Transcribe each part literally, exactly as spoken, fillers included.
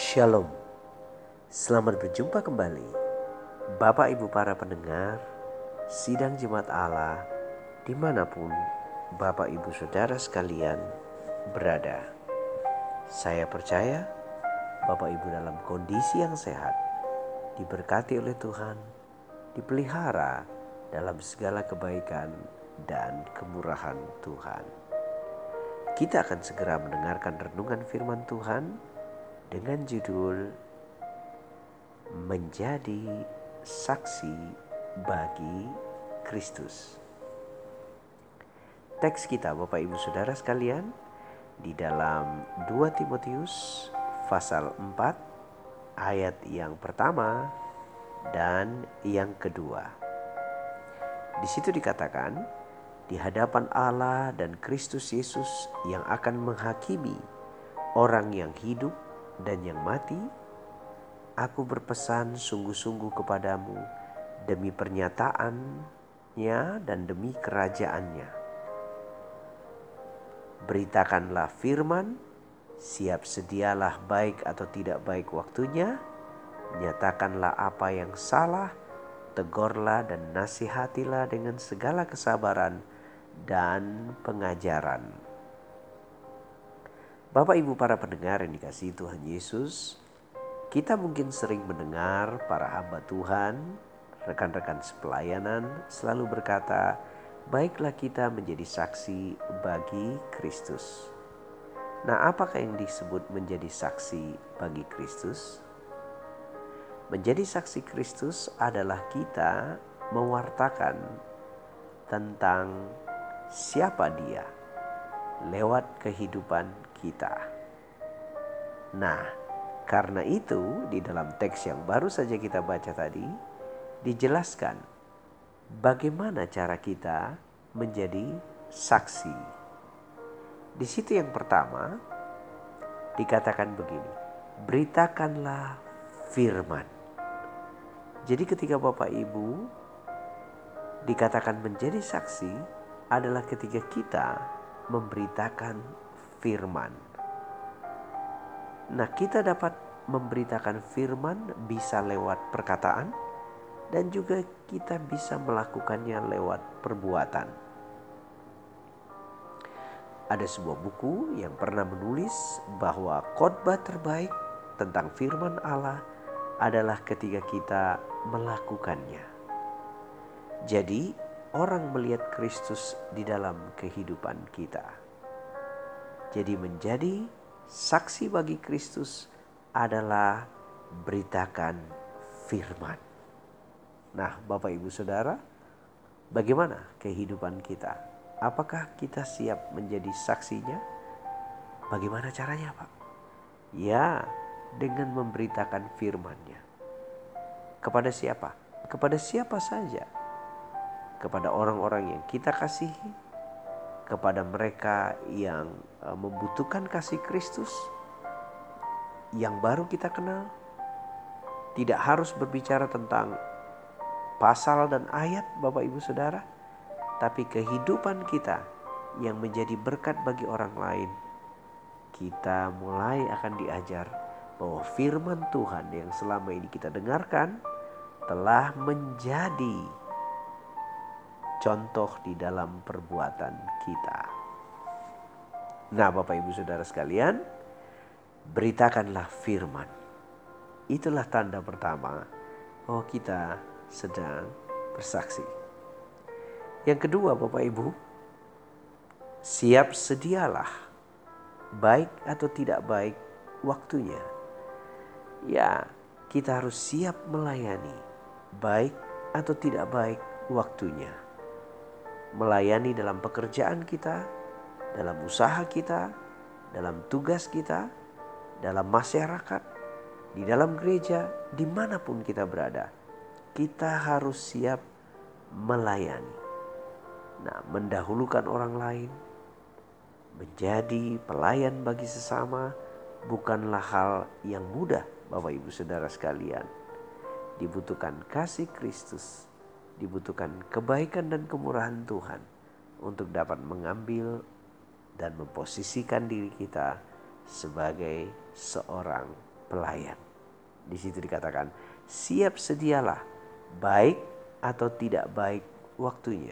Shalom, selamat berjumpa kembali Bapak Ibu para pendengar Sidang Jemaat Allah dimanapun Bapak Ibu Saudara sekalian berada. Saya percaya Bapak Ibu dalam kondisi yang sehat, diberkati oleh Tuhan, dipelihara dalam segala kebaikan dan kemurahan Tuhan. Kita akan segera mendengarkan renungan firman Tuhan dengan judul Menjadi Saksi Bagi Kristus. Teks kita Bapak Ibu Saudara sekalian di dalam dua Timotius pasal empat ayat yang pertama dan yang kedua. Di situ dikatakan, di hadapan Allah dan Kristus Yesus yang akan menghakimi orang yang hidup dan yang mati, aku berpesan sungguh-sungguh kepadamu demi pernyataannya dan demi kerajaannya. Beritakanlah firman, siap sedialah baik atau tidak baik waktunya, nyatakanlah apa yang salah, tegurlah dan nasihatilah dengan segala kesabaran dan pengajaran. Bapak Ibu para pendengar yang dikasihi Tuhan Yesus, kita mungkin sering mendengar para hamba Tuhan, rekan-rekan sepelayanan selalu berkata, baiklah kita menjadi saksi bagi Kristus. Nah, apakah yang disebut menjadi saksi bagi Kristus? Menjadi saksi Kristus adalah kita mewartakan tentang siapa Dia lewat kehidupan kita. Nah, karena itu di dalam teks yang baru saja kita baca tadi dijelaskan bagaimana cara kita menjadi saksi. Di situ yang pertama dikatakan begini, beritakanlah firman. Jadi ketika Bapak Ibu dikatakan menjadi saksi adalah ketika kita memberitakan firman. Nah, kita dapat memberitakan firman bisa lewat perkataan dan juga kita bisa melakukannya lewat perbuatan. Ada sebuah buku yang pernah menulis bahwa khotbah terbaik tentang firman Allah adalah ketika kita melakukannya. Jadi, orang melihat Kristus di dalam kehidupan kita. Jadi menjadi saksi bagi Kristus adalah beritakan firman. Nah, Bapak Ibu Saudara, bagaimana kehidupan kita? Apakah kita siap menjadi saksinya? Bagaimana caranya, Pak? Ya, dengan memberitakan firman-Nya. Kepada siapa? Kepada siapa saja. Kepada orang-orang yang kita kasihi, kepada mereka yang membutuhkan kasih Kristus yang baru kita kenal. Tidak harus berbicara tentang pasal dan ayat Bapak Ibu Saudara, tapi kehidupan kita yang menjadi berkat bagi orang lain. Kita mulai akan diajar bahwa firman Tuhan yang selama ini kita dengarkan telah menjadi contoh di dalam perbuatan kita. Nah, Bapak Ibu Saudara sekalian, beritakanlah firman. Itulah tanda pertama bahwa kita sedang bersaksi. Yang kedua, Bapak Ibu, siap sedialah baik atau tidak baik waktunya. Ya, kita harus siap melayani baik atau tidak baik waktunya. Melayani dalam pekerjaan kita, dalam usaha kita, dalam tugas kita, dalam masyarakat, di dalam gereja, dimanapun kita berada, kita harus siap melayani. Nah, mendahulukan orang lain, menjadi pelayan bagi sesama bukanlah hal yang mudah, Bapak Ibu Saudara sekalian. Dibutuhkan kasih Kristus, dibutuhkan kebaikan dan kemurahan Tuhan untuk dapat mengambil dan memposisikan diri kita sebagai seorang pelayan. Di situ dikatakan, siap sedialah, baik atau tidak baik waktunya.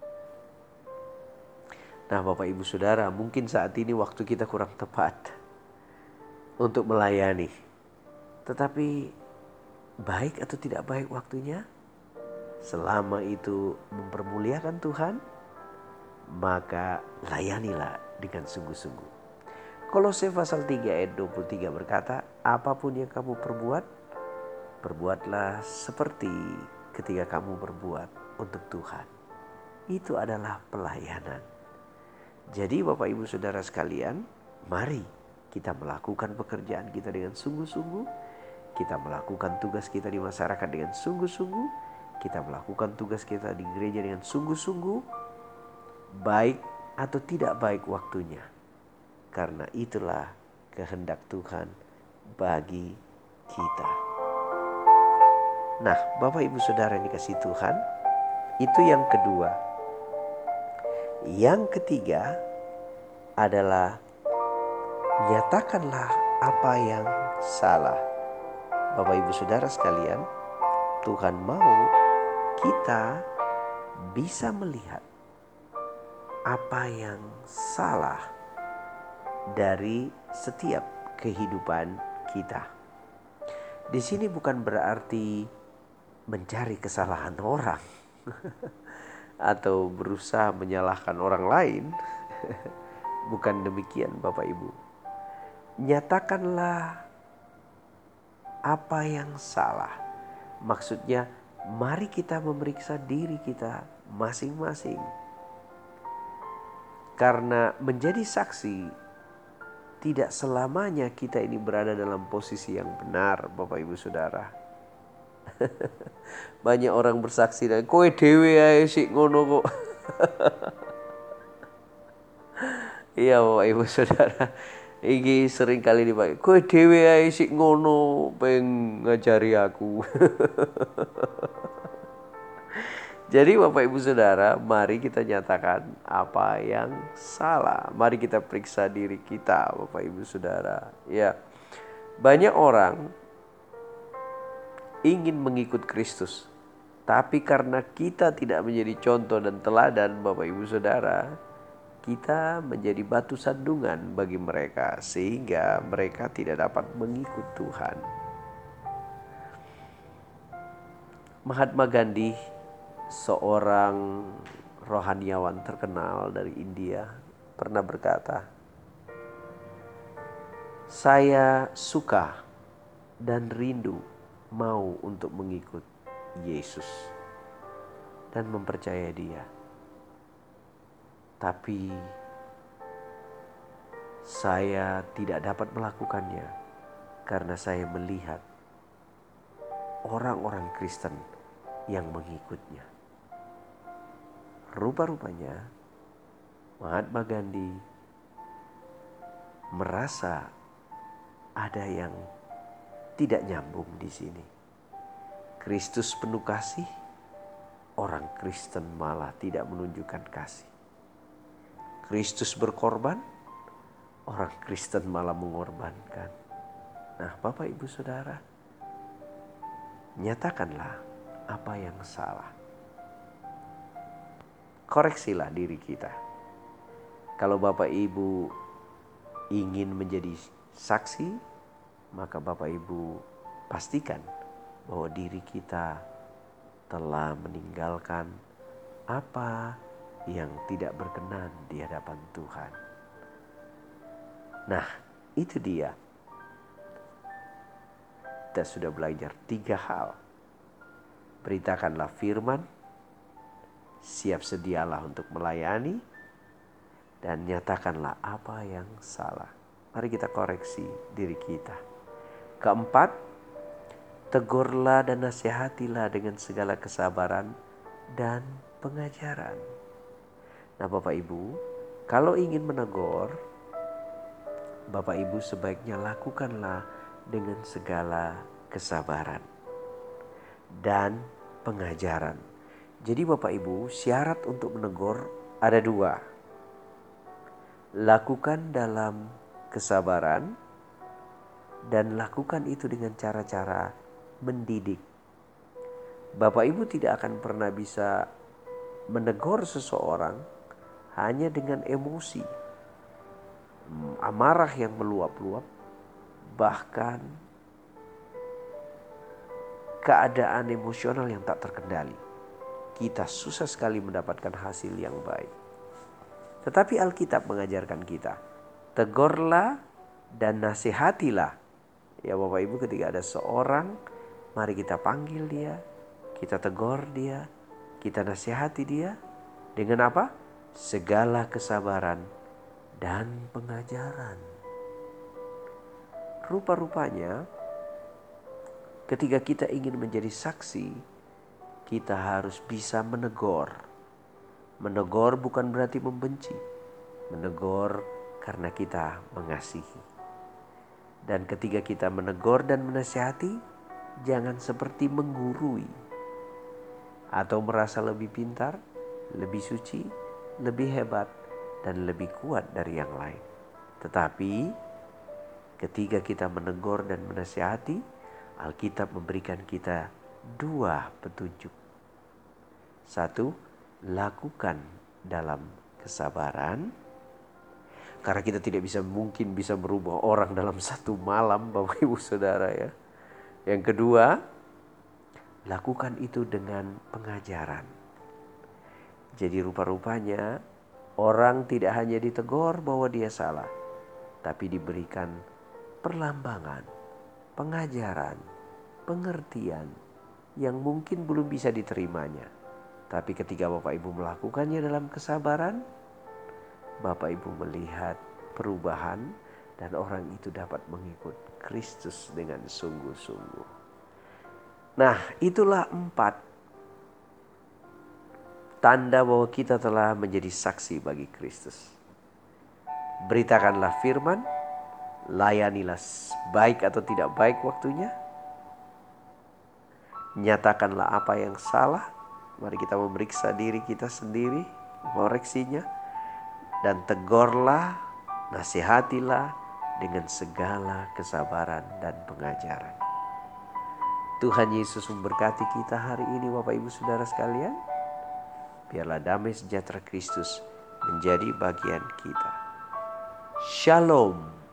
Nah Bapak Ibu Saudara, mungkin saat ini waktu kita kurang tepat untuk melayani. Tetapi baik atau tidak baik waktunya, selama itu mempermuliakan Tuhan, maka layanilah dengan sungguh-sungguh. Kolose pasal tiga ayat dua puluh tiga berkata, apapun yang kamu perbuat, perbuatlah seperti ketika kamu berbuat untuk Tuhan. Itu adalah pelayanan. Jadi Bapak Ibu Saudara sekalian, mari kita melakukan pekerjaan kita dengan sungguh-sungguh. Kita melakukan tugas kita di masyarakat dengan sungguh-sungguh. Kita melakukan tugas kita di gereja dengan sungguh-sungguh. Baik atau tidak baik waktunya. Karena itulah kehendak Tuhan bagi kita. Nah, Bapak Ibu Saudara yang dikasihi Tuhan, itu yang kedua. Yang ketiga adalah nyatakanlah apa yang salah. Bapak Ibu Saudara sekalian, Tuhan mau kita bisa melihat apa yang salah dari setiap kehidupan kita. Di sini bukan berarti mencari kesalahan orang atau berusaha menyalahkan orang lain. Bukan demikian Bapak Ibu. Nyatakanlah apa yang salah. Maksudnya mari kita memeriksa diri kita masing-masing. Karena menjadi saksi tidak selamanya kita ini berada dalam posisi yang benar, Bapak Ibu Saudara. Banyak orang bersaksi dan kowe dhewe ae sik ngono kok. Iya Bapak Ibu Saudara. Iki sering kali dipakai. Kowe dhewe ae sik ngono peng ngajari aku. Jadi Bapak Ibu Saudara, mari kita nyatakan apa yang salah. Mari kita periksa diri kita Bapak Ibu Saudara. Ya, banyak orang ingin mengikut Kristus. Tapi karena kita tidak menjadi contoh dan teladan Bapak Ibu Saudara, kita menjadi batu sandungan bagi mereka. Sehingga mereka tidak dapat mengikut Tuhan. Mahatma Gandhi, seorang rohaniawan terkenal dari India, pernah berkata, saya suka dan rindu mau untuk mengikut Yesus dan mempercayai Dia. Tapi saya tidak dapat melakukannya karena saya melihat orang-orang Kristen yang mengikutnya. Rupa-rupanya Mahatma Gandhi merasa ada yang tidak nyambung di sini. Kristus penuh kasih, orang Kristen malah tidak menunjukkan kasih. Kristus berkorban, orang Kristen malah mengorbankan. Nah, Bapak Ibu Saudara, nyatakanlah apa yang salah. Koreksilah diri kita. Kalau Bapak Ibu ingin menjadi saksi, maka Bapak Ibu pastikan bahwa diri kita telah meninggalkan apa yang tidak berkenan di hadapan Tuhan. Nah, itu dia. Kita sudah belajar tiga hal. Beritakanlah firman, siap sedialah untuk melayani, dan nyatakanlah apa yang salah. Mari kita koreksi diri kita. Keempat, tegurlah dan nasihatilah dengan segala kesabaran dan pengajaran. Nah Bapak Ibu, kalau ingin menegur, Bapak Ibu sebaiknya lakukanlah dengan segala kesabaran dan pengajaran. Jadi Bapak Ibu, syarat untuk menegur ada dua. Lakukan dalam kesabaran dan lakukan itu dengan cara-cara mendidik. Bapak Ibu tidak akan pernah bisa menegur seseorang hanya dengan emosi, amarah yang meluap-luap, bahkan keadaan emosional yang tak terkendali. Kita susah sekali mendapatkan hasil yang baik. Tetapi Alkitab mengajarkan kita, tegurlah dan nasihatilah. Ya Bapak Ibu, ketika ada seorang, mari kita panggil dia, kita tegur dia, kita nasihati dia. Dengan apa? Segala kesabaran dan pengajaran. Rupa-rupanya ketika kita ingin menjadi saksi, kita harus bisa menegur. Menegur bukan berarti membenci. Menegur karena kita mengasihi. Dan ketika kita menegur dan menasihati, jangan seperti menggurui atau merasa lebih pintar, lebih suci, lebih hebat, dan lebih kuat dari yang lain. Tetapi ketika kita menegur dan menasihati, Alkitab memberikan kita dua petunjuk. Satu, lakukan dalam kesabaran. Karena kita tidak bisa mungkin bisa merubah orang dalam satu malam, Bapak Ibu Saudara ya. Yang kedua, lakukan itu dengan pengajaran. Jadi rupa-rupanya orang tidak hanya ditegur bahwa dia salah, tapi diberikan perlambangan, pengajaran, pengertian yang mungkin belum bisa diterimanya. Tapi ketika Bapak Ibu melakukannya dalam kesabaran, Bapak Ibu melihat perubahan dan orang itu dapat mengikut Kristus dengan sungguh-sungguh. Nah, itulah empat tanda bahwa kita telah menjadi saksi bagi Kristus. Beritakanlah firman, layanilah baik atau tidak baik waktunya. Nyatakanlah apa yang salah. Mari kita memeriksa diri kita sendiri, mengoreksinya. Dan tegurlah, nasihatilah dengan segala kesabaran dan pengajaran. Tuhan Yesus memberkati kita hari ini Bapak Ibu Saudara sekalian. Biarlah damai sejahtera Kristus menjadi bagian kita. Shalom.